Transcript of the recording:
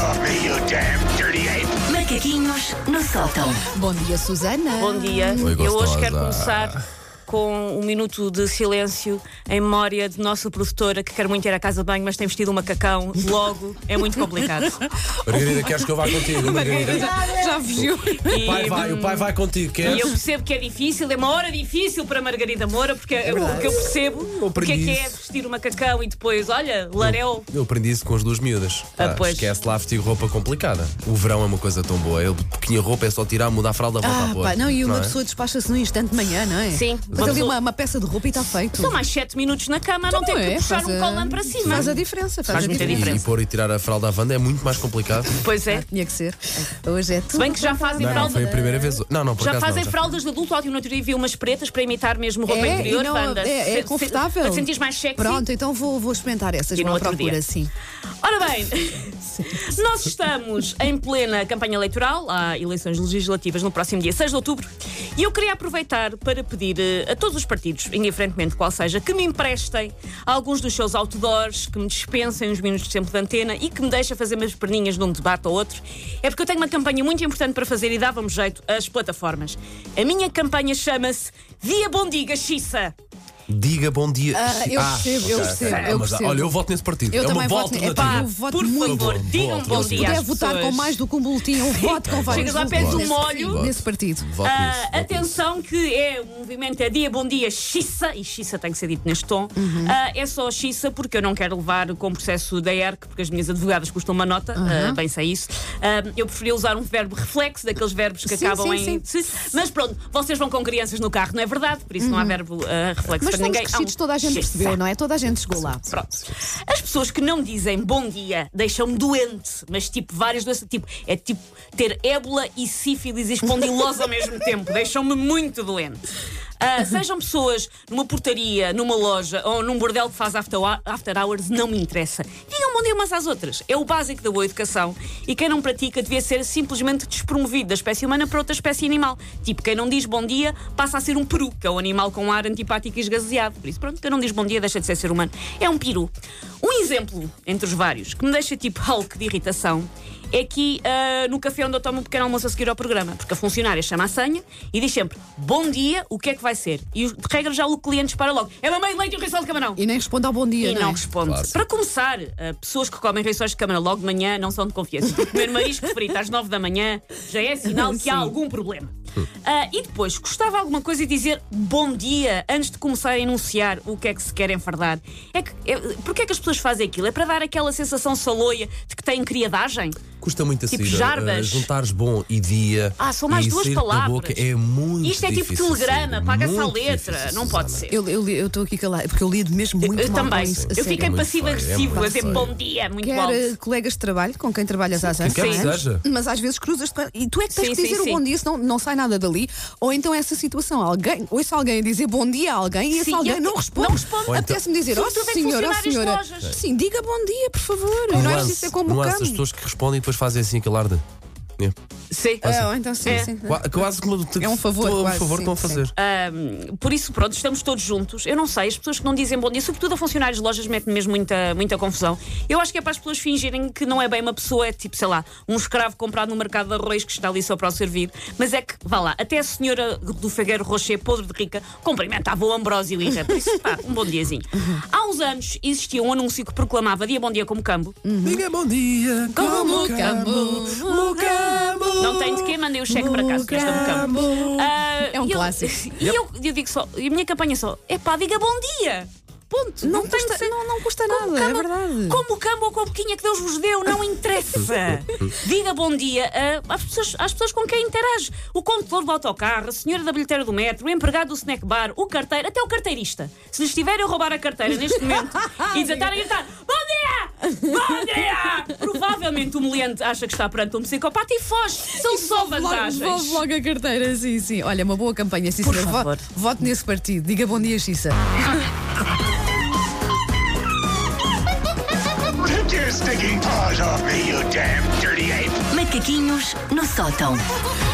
off me, you damn dirty ape! Macaquinhos no sótão. Bom dia, Susana. Bom dia. Oi, Eu hoje gostosa. quero começar com um minuto de silêncio em memória de nossa produtora que quer muito ir à casa de banho, mas tem vestido um macacão. Logo, é muito complicado. Margarida, queres que eu vá contigo? Margarida? Já fugiu. O pai vai contigo, E queres? eu percebo que é difícil, é uma hora difícil para Margarida Moura, porque eu percebo o que aprendi é isso. vestir o macacão e depois, olha, laréu. Eu aprendi isso com as duas miúdas. Pois. Esquece lá vestir roupa complicada. O verão é uma coisa tão boa. Eu, pouquinha roupa é só tirar, mudar a fralda, voltar a pôr. Não, e uma é? pessoa despacha-se no instante de manhã, não é? Sim. Faz ali uma peça de roupa e está feito. São mais 7 minutos na cama, não tem que puxar um colã para cima. Faz a diferença. Faz muita E diferença. pôr e tirar a fralda à Wanda é muito mais complicado. Pois é. Tinha que ser. Hoje é tudo. Se bem que já fazem Não, fralda. foi a primeira vez. Não, por Já acaso fazem não, fraldas de adulto. Ótimo, no outro dia vi umas pretas para imitar mesmo roupa É, interior, e não, Wanda. é confortável. Para te sentir mais sexy. Pronto, então vou experimentar essas. E no Vou à outro procura, dia. sim. Ora bem, nós estamos em plena campanha eleitoral, há eleições legislativas no próximo dia 6 de outubro, e eu queria aproveitar para pedir a todos os partidos, indiferentemente qual seja, que me emprestem alguns dos seus outdoors, que me dispensem uns minutos de tempo de antena e que me deixem fazer umas perninhas num debate ou outro. É porque eu tenho uma campanha muito importante para fazer e dava-me jeito às plataformas. A minha campanha chama-se Dia Bom Diga, Xissa. Diga bom dia. Eu percebo, eu percebo, eu Mas, percebo. olha, eu voto nesse partido. Eu é uma também boa voto. alternativa. Eu voto Por muito. favor, Boa, digam boa, bom boa. Se dia às puder votar pessoas. com mais do que um boletim, eu voto com vários Chegas lá, pedes boletins um molho. nesse partido. Voto nisso, voto Atenção que o movimento é Dia Bom Dia Xissa, e Xissa tem que ser dito neste tom. É só Xissa porque eu não quero levar com processo da ERC, porque as minhas advogadas custam uma nota, bem sei isso. Eu preferia usar um verbo reflexo, daqueles verbos que Sim, acabam sim, em... Mas pronto, vocês vão com crianças no carro, não é verdade? Por isso não há verbo reflexo Mas para ninguém. fomos crescidos, toda a gente Xissa. percebeu, não é? Toda a gente chegou lá. Pronto. As pessoas que não dizem bom dia deixam-me doente, mas tipo várias doenças, é tipo ter ébola e sífilis e espondilose ao mesmo tempo, deixam-me muito doente. Sejam pessoas numa portaria, numa loja ou num bordel que faz after hours, não me interessa. Digam bom dia umas às outras. É o básico da boa educação e quem não pratica devia ser simplesmente despromovido da espécie humana para outra espécie animal. Tipo, quem não diz bom dia passa a ser um peru, que é o animal com ar antipático e esgaseado. Por isso, pronto, quem não diz bom dia deixa de ser humano. É um peru. Um exemplo, entre os vários, que me deixa tipo Hulk de irritação é aqui no café onde eu tomo um pequeno almoço a seguir ao programa, porque a funcionária chama a senha e diz sempre bom dia, o que é que vai ser? E de regra já o cliente dispara logo: é uma meia de leite e um rissol de camarão. E nem responde ao bom dia, E não não é? responde. Claro. Para começar, pessoas que comem rissóis de camarão logo de manhã não são de confiança. Comer marisco frito às 9 da manhã já é sinal que há algum problema. E depois, gostava alguma coisa de dizer bom dia antes de começar a enunciar o que é que se quer enfardar. Porquê é que as pessoas fazem aquilo? É para dar aquela sensação saloia de que têm criadagem? Custa muito a Tipo sair. jarbas. Juntares bom e dia. São mais e duas sair da palavras. boca é muito Isto é tipo difícil de telegrama, sair. paga-se a Muito letra. difícil, Não pode Susana. ser. Eu estou aqui calado, porque eu lido mesmo muito Eu mal também. com isso. a Eu sério. fiquei muito passivo-agressivo feio, é a muito dizer feio. bom dia, muito Quer alto. colegas de trabalho com quem trabalhas às Quem quer que anos, seja. mas às vezes cruzas e tu é que tens Sim, que dizer sim, o sim. bom dia, senão não sai nada dali. Ou então essa situação, ouço alguém a dizer bom dia a alguém e esse Sim, alguém não responde. não responde. Ou então- Apetece-me dizer, Sobretudo em senhora, funcionários de senhora. lojas. Sim, diga bom dia, por favor. Não é preciso ser como o nuance campo. as pessoas que respondem e depois fazem assim aquele ar de. Sim. Ou então sim, É. sim. Quase como É um favor, um quase, favor sim, estão a fazer. Por isso, pronto, estamos todos juntos. Eu não sei, as pessoas que não dizem bom dia, sobretudo a funcionários de lojas, metem mesmo muita confusão. Eu acho que é para as pessoas fingirem que não é bem uma pessoa, é tipo, sei lá, um escravo comprado no mercado de arroz que está ali só para o servir. Mas é que, vá lá, até a senhora do Figueiro Rocher, podre de rica, cumprimentava o Ambrósio Irra. Por isso, pá, um bom diazinho. Há uns anos existia um anúncio que proclamava dia bom dia como cambo. Diga bom dia, Como cambo, Não tem de quê, mandei o cheque para casa, que este é um campo. É um E eu- clássico. E eu digo só, e a minha campanha é só, epá, diga bom dia. Ponto. Não tem custa- de ser. não custa Como nada, é cama- verdade. Como o cambo ou com a boquinha que Deus vos deu, não interessa. Diga bom dia às pessoas com quem interage. O condutor do autocarro, a senhora da bilheteira do metro, o empregado do snack bar, o carteiro, até o carteirista. Se lhes estiverem a roubar a carteira neste momento e desatarem a gritar bom dia! Bom dia! Provavelmente o meliante acha que está perante um psicopata e foge. São só vantagens. Devolve logo a carteira, sim, sim. Olha, uma boa campanha, sim, Por senhor. favor. Vote nesse partido. Diga bom dia, Xissa. Take your stinking paws off me, you damn dirty ape! Macaquinhos no sótão.